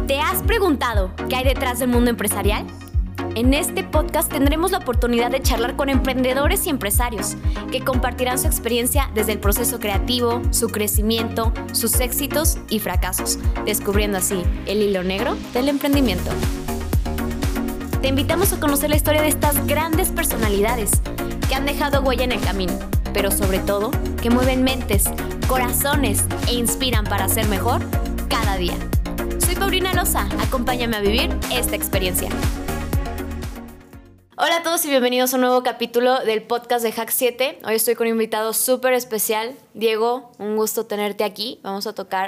¿Te has preguntado qué hay detrás del mundo empresarial? En este podcast tendremos la oportunidad de charlar con emprendedores y empresarios que compartirán su experiencia desde el proceso creativo, su crecimiento, sus éxitos y fracasos, descubriendo así el hilo negro del emprendimiento. Te invitamos a conocer la historia de estas grandes personalidades que han dejado huella en el camino, pero sobre todo que mueven mentes, corazones e inspiran para ser mejor cada día. Soy Paulina Loza, acompáñame a vivir esta experiencia. Hola a todos y bienvenidos a un nuevo capítulo del podcast de Hack 7. Hoy estoy con un invitado súper especial. Diego, un gusto tenerte aquí. Vamos a tocar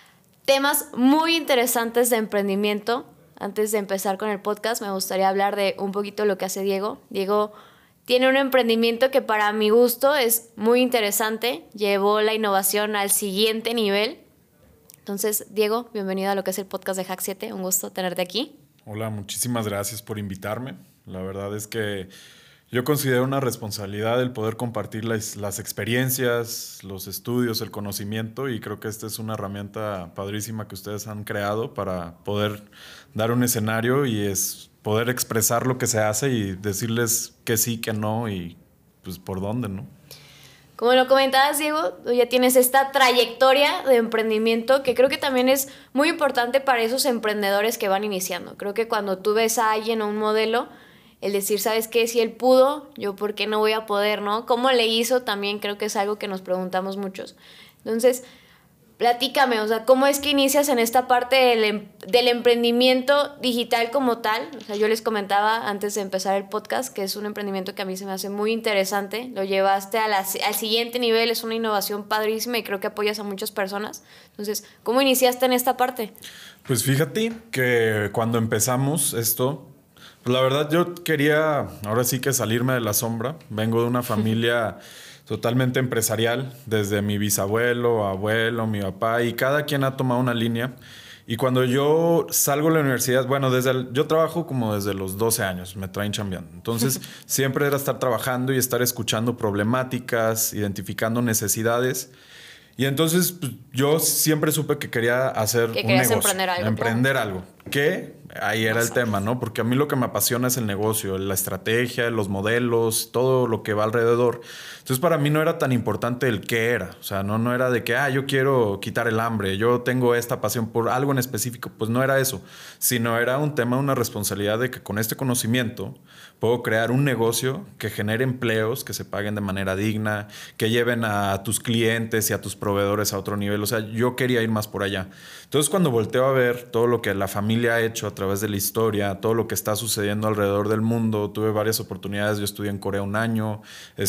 temas muy interesantes de emprendimiento. Antes de empezar con el podcast, me gustaría hablar de un poquito lo que hace Diego. Diego tiene un emprendimiento que para mi gusto es muy interesante. Llevó la innovación al siguiente nivel. Entonces, Diego, bienvenido a lo que es el podcast de Hack 7. Un gusto tenerte aquí. Hola, muchísimas gracias por invitarme. La verdad es que yo considero una responsabilidad el poder compartir las experiencias, los estudios, el conocimiento, y creo que esta es una herramienta padrísima que ustedes han creado para poder dar un escenario y es poder expresar lo que se hace y decirles que sí, que no y pues por dónde, ¿no? Como lo comentabas, Diego, tú ya tienes esta trayectoria de emprendimiento que creo que también es muy importante para esos emprendedores que van iniciando. Creo que cuando tú ves a alguien o un modelo, el decir, ¿sabes qué? Si él pudo, yo ¿por qué no voy a poder, no? ¿Cómo le hizo? También creo que es algo que nos preguntamos muchos. Entonces, platícame, o sea, ¿cómo es que inicias en esta parte del emprendimiento digital como tal? O sea, yo les comentaba antes de empezar el podcast que es un emprendimiento que a mí se me hace muy interesante. Lo llevaste al siguiente nivel, es una innovación padrísima y creo que apoyas a muchas personas. Entonces, ¿cómo iniciaste en esta parte? Pues fíjate que cuando empezamos esto, pues la verdad yo quería ahora sí que salirme de la sombra. Vengo de una familia totalmente empresarial, desde mi bisabuelo, abuelo, mi papá, y cada quien ha tomado una línea. Y cuando yo salgo de la universidad, bueno, yo trabajo como desde los 12 años, me traen chambeando. Entonces, siempre era estar trabajando y estar escuchando problemáticas, identificando necesidades. Y entonces pues, yo siempre supe que quería hacer un negocio. Emprender algo. Que ahí era el tema, ¿no? Porque a mí lo que me apasiona es el negocio, la estrategia, los modelos, todo lo que va alrededor. Entonces para mí no era tan importante el qué era. O sea, no era de que, yo quiero quitar el hambre, yo tengo esta pasión por algo en específico. Pues no era eso, sino era un tema, una responsabilidad de que con este conocimiento puedo crear un negocio que genere empleos, que se paguen de manera digna, que lleven a tus clientes y a tus proveedores a otro nivel. O sea, yo quería ir más por allá. Entonces cuando volteo a ver todo lo que la familia ha hecho a través de la historia, todo lo que está sucediendo alrededor del mundo, tuve varias oportunidades. Yo estudié en Corea un año,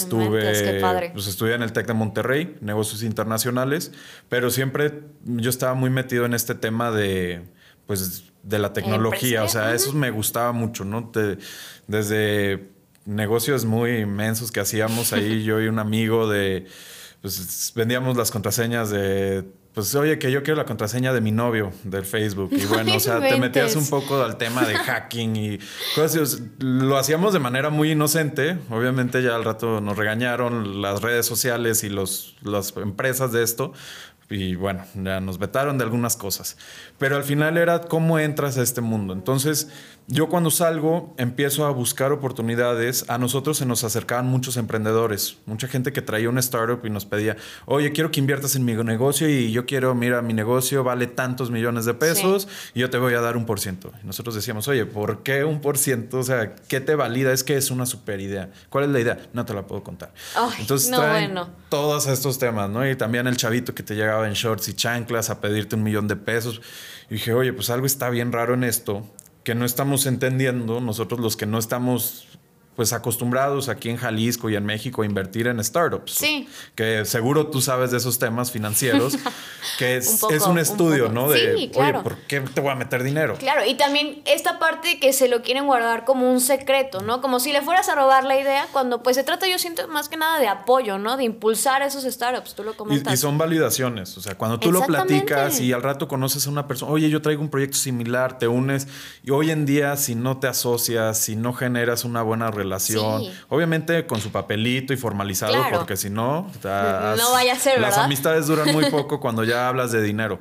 estudié en el TEC de Monterrey, negocios internacionales, pero siempre yo estaba muy metido en este tema de la tecnología. O sea, eso me gustaba mucho, ¿no? Desde negocios muy inmensos que hacíamos ahí, yo y un amigo pues vendíamos las contraseñas de... Pues oye, que yo quiero la contraseña de mi novio del Facebook. Y bueno, o sea, te metías un poco al tema de hacking y cosas. Lo hacíamos de manera muy inocente. Obviamente ya al rato nos regañaron las redes sociales y las empresas de esto. Y bueno, ya nos vetaron de algunas cosas. Pero al final era cómo entras a este mundo. Entonces, yo cuando salgo empiezo a buscar oportunidades. A nosotros se nos acercaban muchos emprendedores, mucha gente que traía una startup y nos pedía, oye, quiero que inviertas en mi negocio y yo quiero, mira, mi negocio vale tantos millones de pesos y yo te voy a dar 1%. Y nosotros decíamos, oye, ¿por qué 1%? O sea, ¿qué te valida? Es que es una super idea. ¿Cuál es la idea? No te la puedo contar. Entonces traen todos estos temas, ¿no? Y también el chavito que te llegaba en shorts y chanclas a pedirte $1 millón. Y dije, oye, pues algo está bien raro en esto que no estamos entendiendo nosotros los que no estamos pues acostumbrados aquí en Jalisco y en México a invertir en startups. Sí. Que seguro tú sabes de esos temas financieros, que es un estudio, ¿no? Sí, claro. Oye, ¿por qué te voy a meter dinero? Claro, y también esta parte que se lo quieren guardar como un secreto, ¿no? Como si le fueras a robar la idea, cuando pues se trata, yo siento, más que nada de apoyo, ¿no? De impulsar esos startups, tú lo comentas. Y son validaciones, o sea, cuando tú lo platicas y al rato conoces a una persona, oye, yo traigo un proyecto similar, te unes, y hoy en día si no te asocias, si no generas una buena relación, obviamente con su papelito y formalizado, porque si no, no vaya a ser, las ¿verdad? amistades duran muy poco cuando ya hablas de dinero.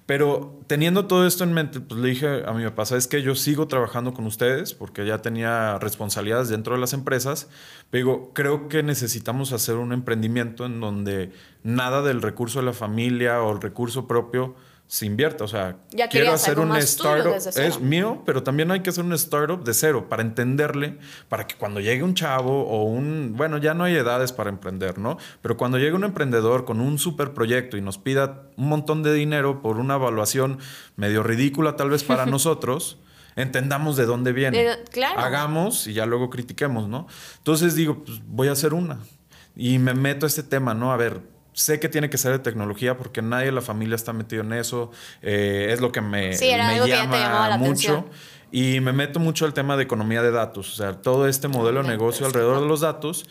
Pero teniendo todo esto en mente, pues le dije a mi papá, ¿sabes qué? Yo sigo trabajando con ustedes porque ya tenía responsabilidades dentro de las empresas. Pero digo, creo que necesitamos hacer un emprendimiento en donde nada del recurso de la familia o el recurso propio se invierta. O sea, Ya quiero querías hacer algo un más tuyo startup. desde cero. Es mío, pero también hay que hacer un startup de cero para entenderle, para que cuando llegue un chavo o bueno, ya no hay edades para emprender, ¿no? Pero cuando llegue un emprendedor con un super proyecto y nos pida un montón de dinero por una evaluación medio ridícula tal vez para nosotros, entendamos de dónde viene. Claro. Hagamos y ya luego critiquemos, ¿no? Entonces digo, pues voy a hacer una. Y me meto a este tema, ¿no? A ver, sé que tiene que ser de tecnología porque nadie de la familia está metido en eso. Es lo que me era algo que ya te llamaba la mucho. atención. Y me meto mucho al tema de economía de datos. O sea, todo este modelo de negocio alrededor de los datos.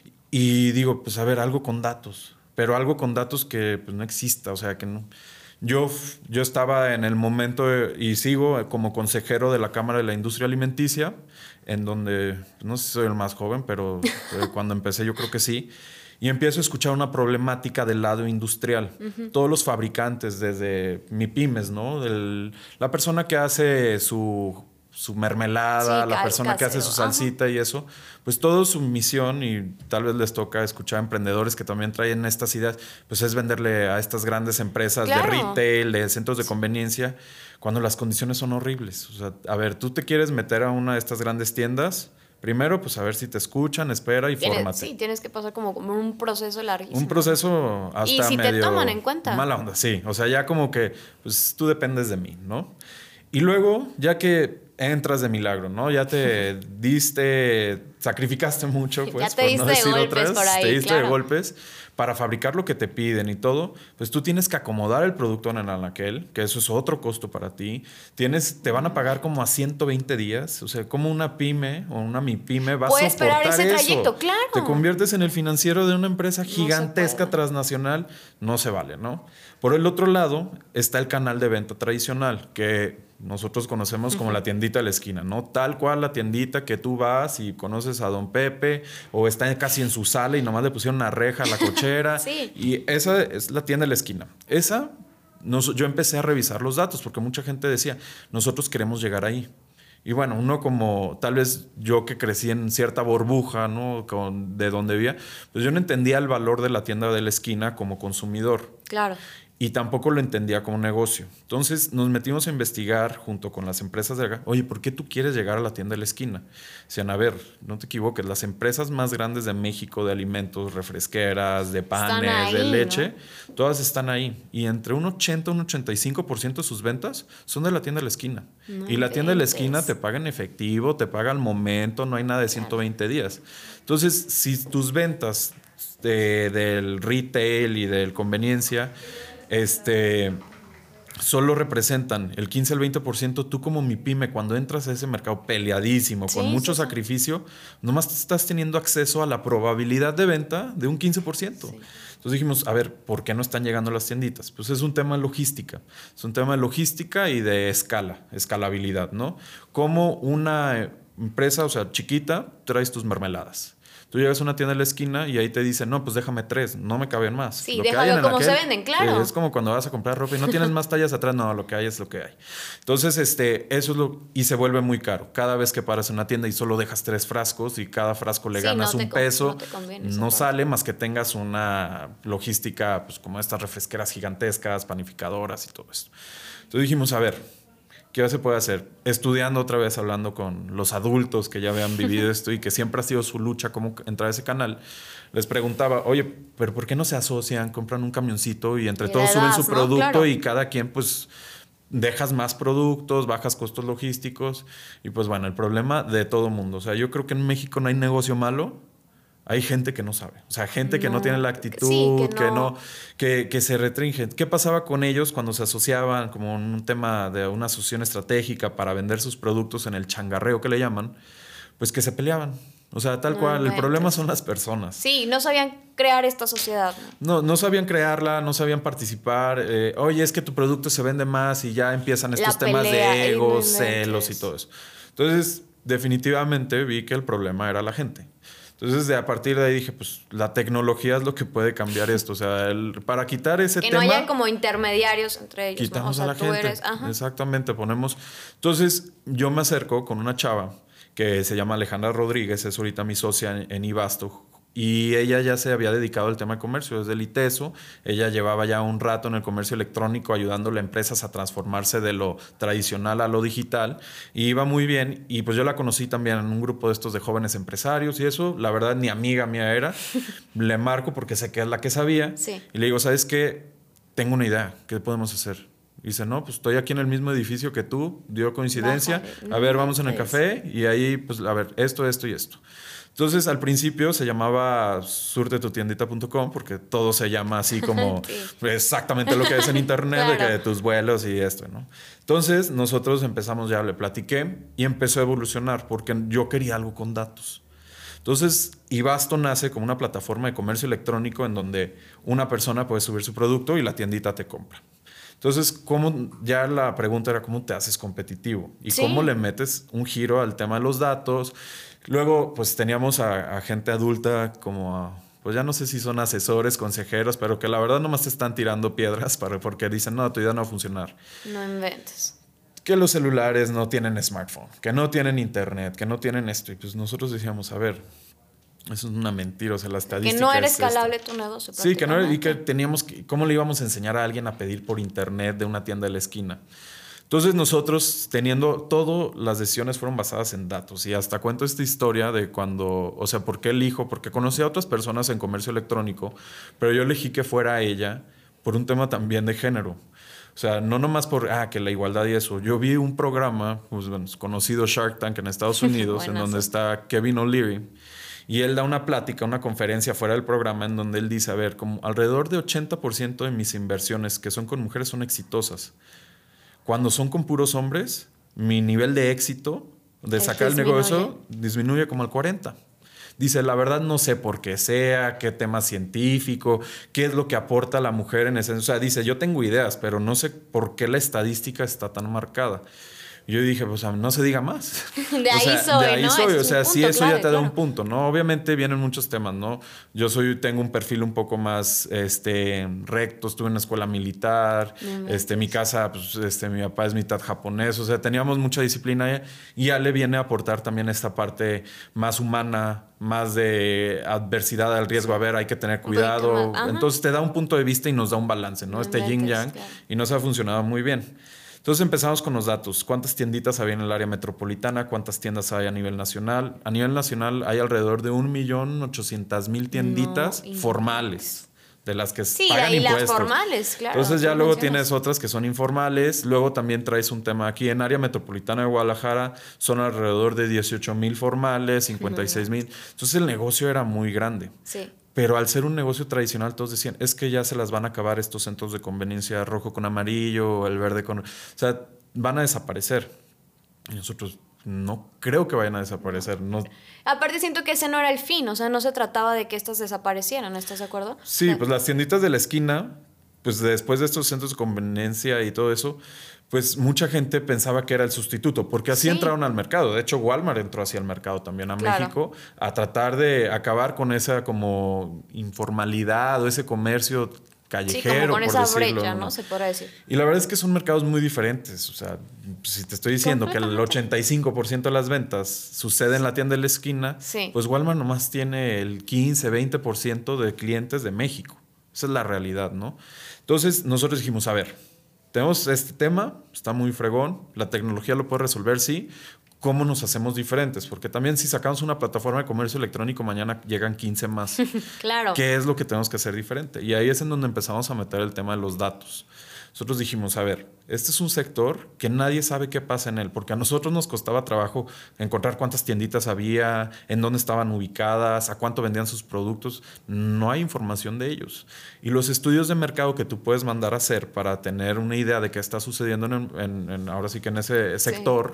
Y digo, pues a ver, algo con datos. Pero algo con datos que pues, no exista. O sea, que no. Yo estaba en el momento y sigo como consejero de la Cámara de la Industria Alimenticia, en donde, no sé si soy el más joven, pero cuando empecé yo creo que sí. Y empiezo a escuchar una problemática del lado industrial. Todos los fabricantes, desde MIPYMES, ¿no? La persona que hace su mermelada, Sí, la persona que hace su salsita y eso, pues todo su misión, y tal vez les toca escuchar a emprendedores que también traen estas ideas, pues es venderle a estas grandes empresas de retail, de centros de conveniencia, cuando las condiciones son horribles. O sea, a ver, tú te quieres meter a una de estas grandes tiendas. Primero, pues a ver si te escuchan, espera y fórmate. Sí, tienes que pasar como un proceso larguísimo. Un proceso hasta y si medio te toman en cuenta. Mala onda, sí. O sea, ya como que, pues tú dependes de mí, ¿no? Y luego, ya que entras de milagro, ¿no? Ya te diste, sacrificaste mucho, pues, ya te diste no decir de golpes otras, por ahí, te diste claro. de golpes para fabricar lo que te piden y todo, pues tú tienes que acomodar el producto en el anaquel, que eso es otro costo para ti. Te van a pagar como a 120 días, o sea, como una pyme o una MIPYME va a soportar esperar ese trayecto, eso. claro. Te conviertes en el financiero de una empresa gigantesca transnacional, no se vale, ¿no? Por el otro lado está el canal de venta tradicional, que nosotros conocemos como la tiendita de la esquina, ¿no? Tal cual la tiendita que tú vas y conoces a don Pepe o está casi en su sala y nomás le pusieron una reja a la cochera. Sí. Y esa es la tienda de la esquina. Yo empecé a revisar los datos porque mucha gente decía, nosotros queremos llegar ahí. Y bueno, uno como tal vez yo que crecí en cierta burbuja, ¿no? De donde vivía, pues yo no entendía el valor de la tienda de la esquina como consumidor. Claro. Y tampoco lo entendía como negocio. Entonces nos metimos a investigar junto con las empresas de acá. Oye, ¿por qué tú quieres llegar a la tienda de la esquina? Decían, a ver, no te equivoques, las empresas más grandes de México de alimentos, refresqueras, de panes, ahí, de leche, ¿no? todas están ahí. Y entre un 80 y un 85% de sus ventas son de la tienda de la esquina. No y la tienda de la inventes. esquina te paga en efectivo, te paga al momento, no hay nada de 120 días. Entonces, si tus ventas del retail y del conveniencia solo representan el 15 al 20%, tú como MIPYME, cuando entras a ese mercado peleadísimo, con mucho sacrificio, nomás estás teniendo acceso a la probabilidad de venta de un 15%. Sí. Entonces dijimos, a ver, ¿por qué no están llegando las tienditas? Pues es un tema de logística. Es un tema de logística y de escalabilidad, ¿no? Como una empresa, o sea, chiquita, traes tus mermeladas. Tú llegas a una tienda de la esquina y ahí te dicen, no, pues déjame 3, no me caben más. Sí, lo déjalo como se venden, claro. Es como cuando vas a comprar ropa y no tienes más tallas atrás, no, lo que hay es lo que hay. Entonces, eso es y se vuelve muy caro. Cada vez que paras en una tienda y solo dejas 3 frascos y cada frasco le ganas un peso, no sale más que tengas una logística, pues como estas refresqueras gigantescas, panificadoras y todo esto. Entonces dijimos, a ver, ¿qué se puede hacer? Estudiando otra vez, hablando con los adultos que ya habían vivido esto y que siempre ha sido su lucha cómo entrar a ese canal. Les preguntaba, oye, ¿pero por qué no se asocian? Compran un camioncito y entre todos suben su producto, ¿no? Claro. Y cada quien pues dejas más productos, bajas costos logísticos. Y pues bueno, el problema de todo mundo. O sea, yo creo que en México no hay negocio malo. Hay gente que no sabe, o sea, gente que no tiene la actitud, que se restringe. ¿Qué pasaba con ellos cuando se asociaban como en un tema de una asociación estratégica para vender sus productos en el changarreo que le llaman? Pues que se peleaban. O sea, tal cual, el problema son las personas. Sí, no sabían crear esta sociedad. No sabían crearla, no sabían participar. Oye, es que tu producto se vende más y ya empiezan estos temas de egos, celos y todo eso. Entonces, definitivamente vi que el problema era la gente. Entonces, a partir de ahí dije, pues la tecnología es lo que puede cambiar esto. O sea, para quitar ese que tema... Que no hayan como intermediarios entre ellos, quitamos ¿no? O sea, a la tú gente. eres... Ajá. Exactamente, ponemos... Entonces, yo me acerco con una chava que se llama Alejandra Rodríguez, es ahorita mi socia en Ibasto. Y ella ya se había dedicado al tema de comercio desde el ITESO. Ella llevaba ya un rato en el comercio electrónico ayudándole a empresas a transformarse de lo tradicional a lo digital. Y iba muy bien. Y pues yo la conocí también en un grupo de estos de jóvenes empresarios y eso. La verdad, ni amiga mía era. Le marco porque sé que es la que sabía. Sí. Y le digo, ¿sabes qué? Tengo una idea. ¿Qué podemos hacer? Y dice, no, pues estoy aquí en el mismo edificio que tú. Dio coincidencia. Bájale. A ver, vamos en el café. Y ahí, pues, a ver, esto y esto. Entonces, al principio se llamaba surtetutiendita.com porque todo se llama así como sí. Exactamente lo que es en internet, claro. De que de tus vuelos y esto, ¿no? Entonces, nosotros empezamos, ya le platiqué y empezó a evolucionar porque yo quería algo con datos. Entonces, Ibasto nace como una plataforma de comercio electrónico en donde una persona puede subir su producto y la tiendita te compra. Entonces, ya la pregunta era cómo te haces competitivo y sí. Cómo le metes un giro al tema de los datos. Luego, pues teníamos a gente adulta como pues ya no sé si son asesores, consejeros, pero que la verdad nomás te están tirando piedras porque dicen, no, tu idea no va a funcionar. No inventes. Que los celulares no tienen smartphone, que no tienen internet, que no tienen esto. Y pues nosotros decíamos, a ver, eso es una mentira, o sea, la estadística que no era escalable tu negocio. Sí, que no era, y que teníamos que, ¿cómo le íbamos a enseñar a alguien a pedir por internet de una tienda de la esquina? Entonces nosotros teniendo todo, las decisiones fueron basadas en datos y hasta cuento esta historia de cuando, o sea, ¿por qué elijo? Porque conocí a otras personas en comercio electrónico, pero yo elegí que fuera ella por un tema también de género. O sea, no nomás por, que la igualdad y eso. Yo vi un programa, pues, bueno, conocido Shark Tank en Estados Unidos, en donde está Kevin O'Leary. Y él da una plática, una conferencia fuera del programa en donde él dice, a ver, como alrededor de 80% de mis inversiones que son con mujeres son exitosas. Cuando son con puros hombres, mi nivel de éxito de sacar el negocio disminuye como al 40%. Dice, la verdad no sé por qué sea, qué tema científico, qué es lo que aporta la mujer en ese... O sea, dice, yo tengo ideas, pero no sé por qué la estadística está tan marcada. Yo dije, pues no se diga más. De ahí soy, de ahí ¿no? soy, Es o sea, sí, eso clave, ya te da un punto, ¿no? Obviamente vienen muchos temas, ¿no? Yo tengo un perfil un poco más recto, estuve en una escuela militar, mi casa, pues mi papá es mitad japonés, o sea, teníamos mucha disciplina y ya le viene a aportar también esta parte más humana, más de adversidad al riesgo, a ver, hay que tener cuidado. Entonces te da un punto de vista y nos da un balance, ¿no? Yin-yang, claro. Y nos ha funcionado muy bien. Entonces empezamos con los datos. ¿Cuántas tienditas había en el área metropolitana? ¿Cuántas tiendas hay a nivel nacional? A nivel nacional hay alrededor de 1.800.000 tienditas formales, de las que pagan impuestos. Las formales, claro. Entonces ya luego tienes otras que son informales. Luego también traes un tema aquí en área metropolitana de Guadalajara. Son alrededor de 18,000 formales, 56,000. Entonces el negocio era muy grande. Sí. Pero al ser un negocio tradicional, todos decían, es que ya se las van a acabar estos centros de conveniencia rojo con amarillo, el verde con... O sea, van a desaparecer. Y nosotros no creo que vayan a desaparecer. No. Aparte siento que ese no era el fin, o sea, no se trataba de que estas desaparecieran, ¿estás de acuerdo? Sí, pues las tienditas de la esquina, pues después de estos centros de conveniencia y todo eso, pues mucha gente pensaba que era el sustituto, porque así entraron al mercado. De hecho, Walmart entró hacia el mercado también a México a tratar de acabar con esa como informalidad o ese comercio callejero, sí, como con esa decirlo, brecha, ¿no? Se podrá decir. Y la verdad es que son mercados muy diferentes. O sea, si te estoy diciendo que el 85% de las ventas sucede en la tienda de la esquina, pues Walmart nomás tiene el 15, 20% de clientes de México. Esa es la realidad, ¿no? Entonces, nosotros dijimos, a ver, tenemos este tema, está muy fregón, la tecnología lo puede resolver, sí. ¿Cómo nos hacemos diferentes? Porque también si sacamos una plataforma de comercio electrónico, mañana llegan 15 más. Claro. ¿Qué es lo que tenemos que hacer diferente? Y ahí es en donde empezamos a meter el tema de los datos. Nosotros dijimos, a ver, este es un sector que nadie sabe qué pasa en él, porque a nosotros nos costaba trabajo encontrar cuántas tienditas había, en dónde estaban ubicadas, a cuánto vendían sus productos. No hay información de ellos. Y los estudios de mercado que tú puedes mandar a hacer para tener una idea de qué está sucediendo ahora sí que en ese sector,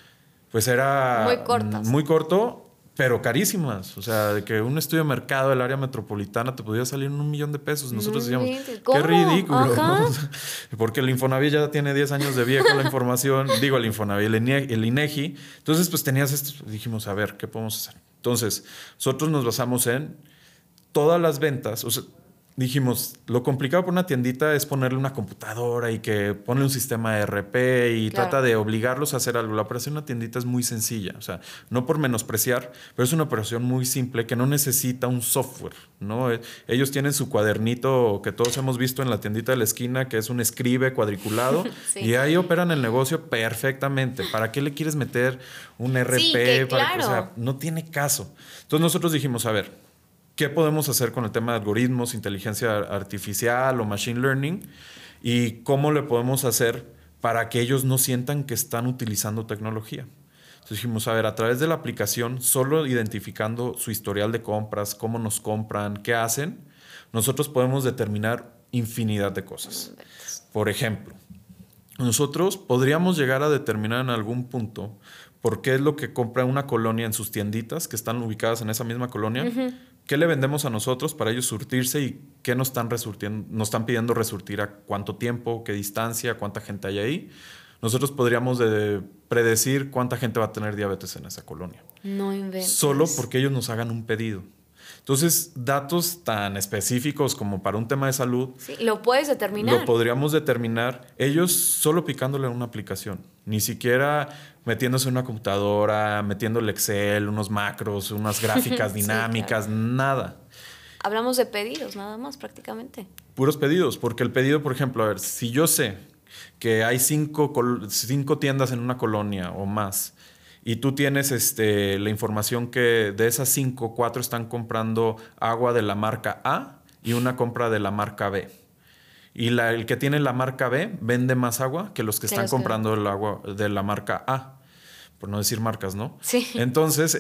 pues era muy corto, pero carísimas. O sea, de que un estudio de mercado del área metropolitana te podía salir en $1,000,000. Nosotros decíamos, qué ridículo, ¿no? Porque el Infonavit ya tiene 10 años de viejo la información. Digo, el Infonavit, el INEGI. Entonces, pues tenías esto. Dijimos, a ver, ¿qué podemos hacer? Entonces, nosotros nos basamos en todas las ventas. O sea, dijimos, lo complicado por una tiendita es ponerle una computadora y que pone un sistema ERP y trata de obligarlos a hacer algo. La operación de una tiendita es muy sencilla. O sea, no por menospreciar, pero es una operación muy simple que no necesita un software, ¿no? Ellos tienen su cuadernito que todos hemos visto en la tiendita de la esquina, que es un escribe cuadriculado, sí. Y ahí operan el negocio perfectamente. ¿Para qué le quieres meter un ERP? Sí, claro. O sea, no tiene caso. Entonces nosotros dijimos, a ver, ¿qué podemos hacer con el tema de algoritmos, inteligencia artificial o machine learning? ¿Y cómo le podemos hacer para que ellos no sientan que están utilizando tecnología? Entonces dijimos, a ver, a través de la aplicación, solo identificando su historial de compras, cómo nos compran, qué hacen, nosotros podemos determinar infinidad de cosas. Por ejemplo, nosotros podríamos llegar a determinar en algún punto por qué es lo que compra una colonia en sus tienditas que están ubicadas en esa misma colonia. ¿Qué le vendemos a nosotros para ellos surtirse y qué nos están pidiendo resurtir a cuánto tiempo, qué distancia, cuánta gente hay ahí? Nosotros podríamos predecir cuánta gente va a tener diabetes en esa colonia. No inventes. Solo porque ellos nos hagan un pedido. Entonces, datos tan específicos como para un tema de salud... Sí, lo puedes determinar. Lo podríamos determinar ellos solo picándole en una aplicación. Ni siquiera metiéndose en una computadora, metiéndole Excel, unos macros, unas gráficas dinámicas, sí, claro. Nada. Hablamos de pedidos nada más prácticamente. Puros pedidos, porque el pedido, por ejemplo, a ver, si yo sé que hay cinco tiendas en una colonia o más... y tú tienes la información que de esas 5, 4 están comprando agua de la marca A y una compra de la marca B. Y el que tiene la marca B vende más agua que los que están comprando el agua de la marca A. Por no decir marcas, ¿no? Sí. Entonces,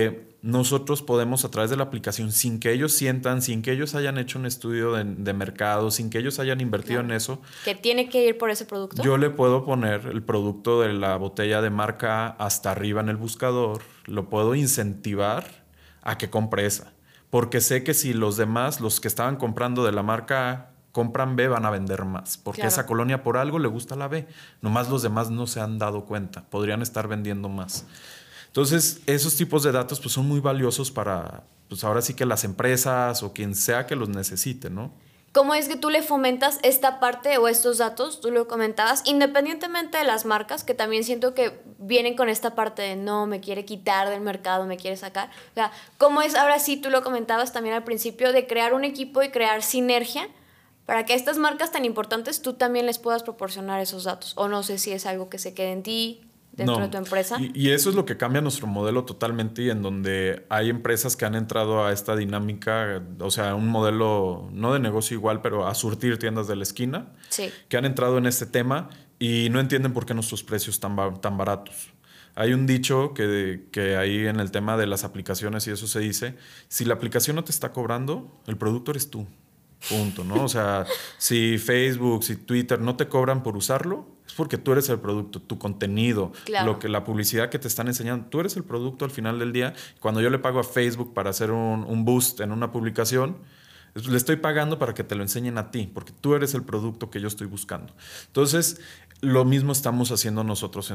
nosotros podemos a través de la aplicación, sin que ellos sientan, sin que ellos hayan hecho un estudio de mercado, sin que ellos hayan invertido en eso. ¿Que tiene que ir por ese producto? Yo le puedo poner el producto de la botella de marca A hasta arriba en el buscador. Lo puedo incentivar a que compre esa. Porque sé que si los demás, los que estaban comprando de la marca A, compran B, van a vender más. Porque esa colonia por algo le gusta la B. Nomás los demás no se han dado cuenta. Podrían estar vendiendo más. Entonces, esos tipos de datos pues, son muy valiosos para, pues ahora sí que las empresas o quien sea que los necesite, ¿no? ¿Cómo es que tú le fomentas esta parte o estos datos? Tú lo comentabas, independientemente de las marcas, que también siento que vienen con esta parte de no, me quiere quitar del mercado, me quiere sacar. O sea, ¿cómo es ahora sí, tú lo comentabas también al principio, de crear un equipo y crear sinergia para que a estas marcas tan importantes tú también les puedas proporcionar esos datos? O no sé si es algo que se quede en ti, dentro de tu empresa. Y eso es lo que cambia nuestro modelo totalmente, y en donde hay empresas que han entrado a esta dinámica, o sea, un modelo no de negocio igual, pero a surtir tiendas de la esquina, sí, que han entrado en este tema y no entienden por qué nuestros precios están tan baratos. Hay un dicho que ahí en el tema de las aplicaciones y eso se dice, si la aplicación no te está cobrando, el producto eres tú. Punto, ¿no? O sea, si Facebook, si Twitter no te cobran por usarlo, es porque tú eres el producto, tu contenido, claro. La publicidad que te están enseñando, tú eres el producto al final del día. Cuando yo le pago a Facebook para hacer un boost en una publicación, le estoy pagando para que te lo enseñen a ti, porque tú eres el producto que yo estoy buscando. Entonces, lo mismo estamos haciendo nosotros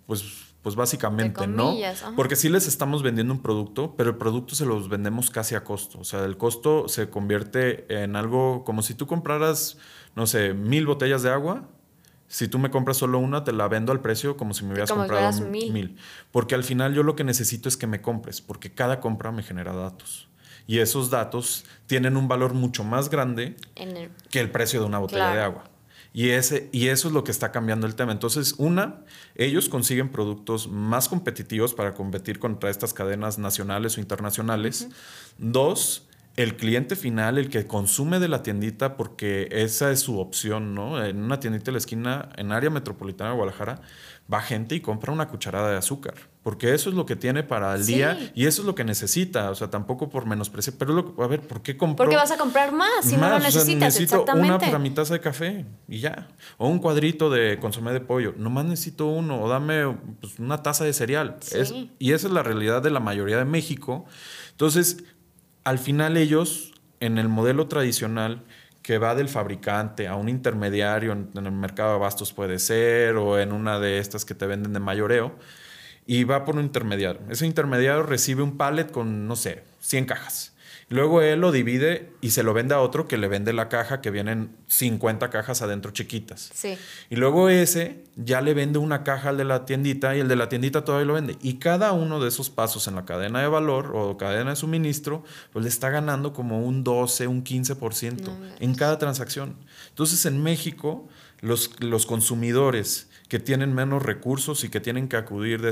pues básicamente, ¿no? Ajá. Porque sí les estamos vendiendo un producto, pero el producto se los vendemos casi a costo. O sea, el costo se convierte en algo como si tú compraras, no sé, 1,000 botellas de agua. Si tú me compras solo una, te la vendo al precio como si me hubieras comprado 1,000. Porque al final yo lo que necesito es que me compres, porque cada compra me genera datos. Y esos datos tienen un valor mucho más grande que el precio de una botella de agua. Y eso es lo que está cambiando el tema. Entonces, ellos consiguen productos más competitivos para competir contra estas cadenas nacionales o internacionales. Uh-huh. 2, el cliente final, el que consume de la tiendita, porque esa es su opción, ¿no? En una tiendita de la esquina, en área metropolitana de Guadalajara, va gente y compra una cucharada de azúcar, porque eso es lo que tiene para el día y eso es lo que necesita. O sea, tampoco por menospreciar, pero a ver, ¿por qué compró? Porque vas a comprar más si no lo necesitas. O sea, necesito exactamente una para mi taza de café y ya. O un cuadrito de consomé de pollo. Nomás necesito uno. O dame pues, una taza de cereal. Sí. Y esa es la realidad de la mayoría de México. Entonces, al final ellos, en el modelo tradicional, que va del fabricante a un intermediario en el mercado de abastos puede ser, o en una de estas que te venden de mayoreo, y va por un intermediario. Ese intermediario recibe un pallet con, no sé, 100 cajas. Luego él lo divide y se lo vende a otro que le vende la caja, que vienen 50 cajas adentro chiquitas. Sí. Y luego ese ya le vende una caja al de la tiendita y el de la tiendita todavía lo vende. Y cada uno de esos pasos en la cadena de valor o cadena de suministro, pues le está ganando como un 12, un 15% en cada transacción. Entonces en México los consumidores que tienen menos recursos y que tienen que acudir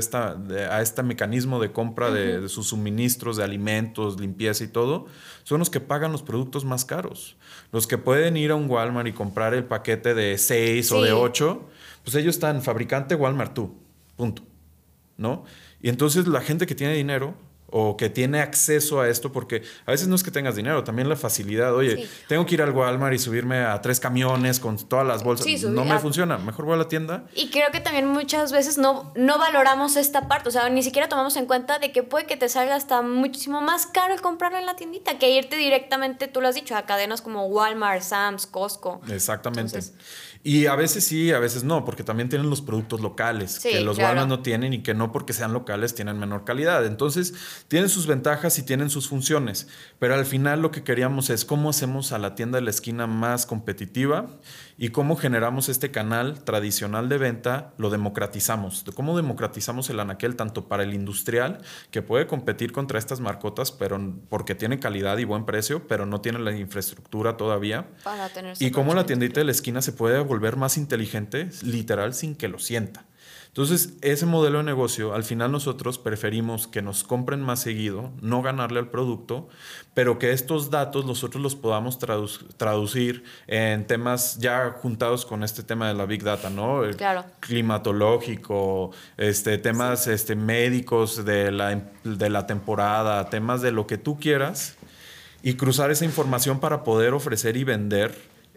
a este mecanismo de compra de sus suministros, de alimentos, limpieza y todo, son los que pagan los productos más caros. Los que pueden ir a un Walmart y comprar el paquete de 6 o de 8, pues ellos están fabricante Walmart tú, punto, ¿no? Y entonces la gente que tiene dinero o que tiene acceso a esto, porque a veces no es que tengas dinero, también la facilidad. Oye, tengo que ir al Walmart y subirme a 3 camiones con todas las bolsas. No me funciona, mejor voy a la tienda. Y creo que también muchas veces no valoramos esta parte, o sea, ni siquiera tomamos en cuenta de que puede que te salga hasta muchísimo más caro el comprarlo en la tiendita que irte directamente, tú lo has dicho, a cadenas como Walmart, Sam's, Costco. Exactamente. Entonces, y a veces sí, a veces no, porque también tienen los productos locales, que los Walmart no tienen y que no porque sean locales tienen menor calidad. Entonces, tienen sus ventajas y tienen sus funciones, pero al final lo que queríamos es cómo hacemos a la tienda de la esquina más competitiva y cómo generamos este canal tradicional de venta, lo democratizamos. Cómo democratizamos el anaquel tanto para el industrial, que puede competir contra estas marcotas, pero porque tiene calidad y buen precio, pero no tiene la infraestructura todavía. Para tener y cómo la tiendita de la esquina se puede volver más inteligente, literal, sin que lo sienta. Entonces, ese modelo de negocio, al final nosotros preferimos que nos compren más seguido, no ganarle al producto, pero que estos datos nosotros los podamos traducir en temas ya juntados con este tema de la Big Data, ¿no? Claro. Climatológico, temas médicos de la temporada, temas de lo que tú quieras, y cruzar esa información para poder ofrecer y vender,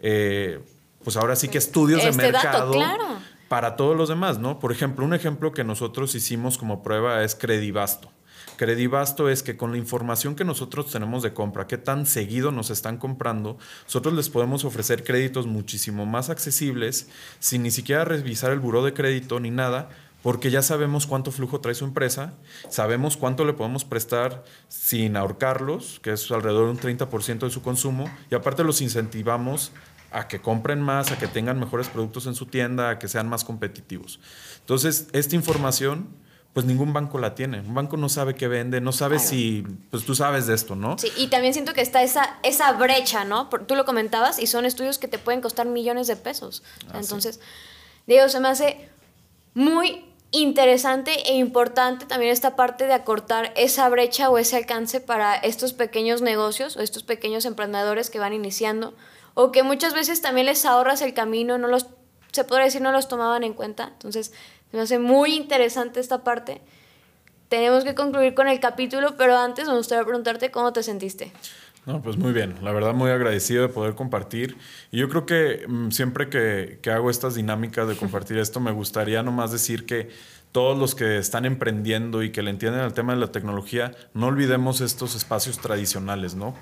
pues ahora sí que estudios de mercado. Dato, claro. Para todos los demás, ¿no? Por ejemplo, un ejemplo que nosotros hicimos como prueba es Credivasto. Credivasto es que con la información que nosotros tenemos de compra, qué tan seguido nos están comprando, nosotros les podemos ofrecer créditos muchísimo más accesibles sin ni siquiera revisar el buró de crédito ni nada, porque ya sabemos cuánto flujo trae su empresa, sabemos cuánto le podemos prestar sin ahorcarlos, que es alrededor de un 30% de su consumo, y aparte los incentivamos a que compren más, a que tengan mejores productos en su tienda, a que sean más competitivos. Entonces, esta información, pues ningún banco la tiene. Un banco no sabe qué vende, no sabe si, pues tú sabes de esto, ¿no? Sí, y también siento que está esa brecha, ¿no? Tú lo comentabas y son estudios que te pueden costar millones de pesos. Entonces, digo, se me hace muy interesante e importante también esta parte de acortar esa brecha o ese alcance para estos pequeños negocios o estos pequeños emprendedores que van iniciando, o que muchas veces también les ahorras el camino, se podría decir, no los tomaban en cuenta. Entonces, me hace muy interesante esta parte. Tenemos que concluir con el capítulo, pero antes me gustaría preguntarte cómo te sentiste. No, pues muy bien. La verdad, muy agradecido de poder compartir. Y yo creo que siempre que hago estas dinámicas de compartir esto, me gustaría nomás decir que todos los que están emprendiendo y que le entienden al tema de la tecnología, no olvidemos estos espacios tradicionales, ¿no?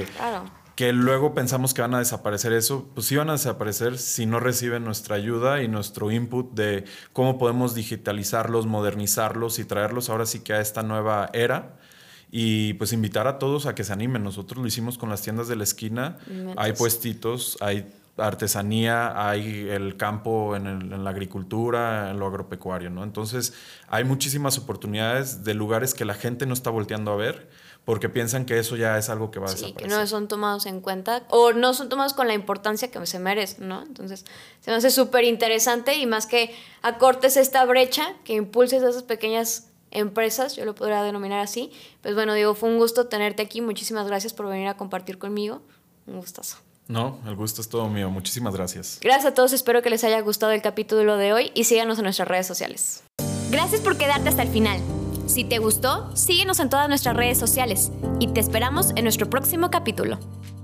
Que luego pensamos que van a desaparecer. Eso, pues sí van a desaparecer si no reciben nuestra ayuda y nuestro input de cómo podemos digitalizarlos, modernizarlos y traerlos ahora sí que a esta nueva era. Y pues invitar a todos a que se animen. Nosotros lo hicimos con las tiendas de la esquina. Hay puestitos, hay artesanía, hay el campo en la agricultura, en lo agropecuario, ¿no? Entonces hay muchísimas oportunidades de lugares que la gente no está volteando a ver, porque piensan que eso ya es algo que va a desaparecer. Que no son tomados en cuenta o no son tomados con la importancia que se merecen, ¿no? Entonces, se me hace súper interesante y más que acortes esta brecha, que impulses a esas pequeñas empresas, yo lo podría denominar así. Pues bueno, Diego, fue un gusto tenerte aquí. Muchísimas gracias por venir a compartir conmigo. Un gustazo. No, el gusto es todo mío. Muchísimas gracias. Gracias a todos. Espero que les haya gustado el capítulo de hoy y síganos en nuestras redes sociales. Gracias por quedarte hasta el final. Si te gustó, síguenos en todas nuestras redes sociales y te esperamos en nuestro próximo capítulo.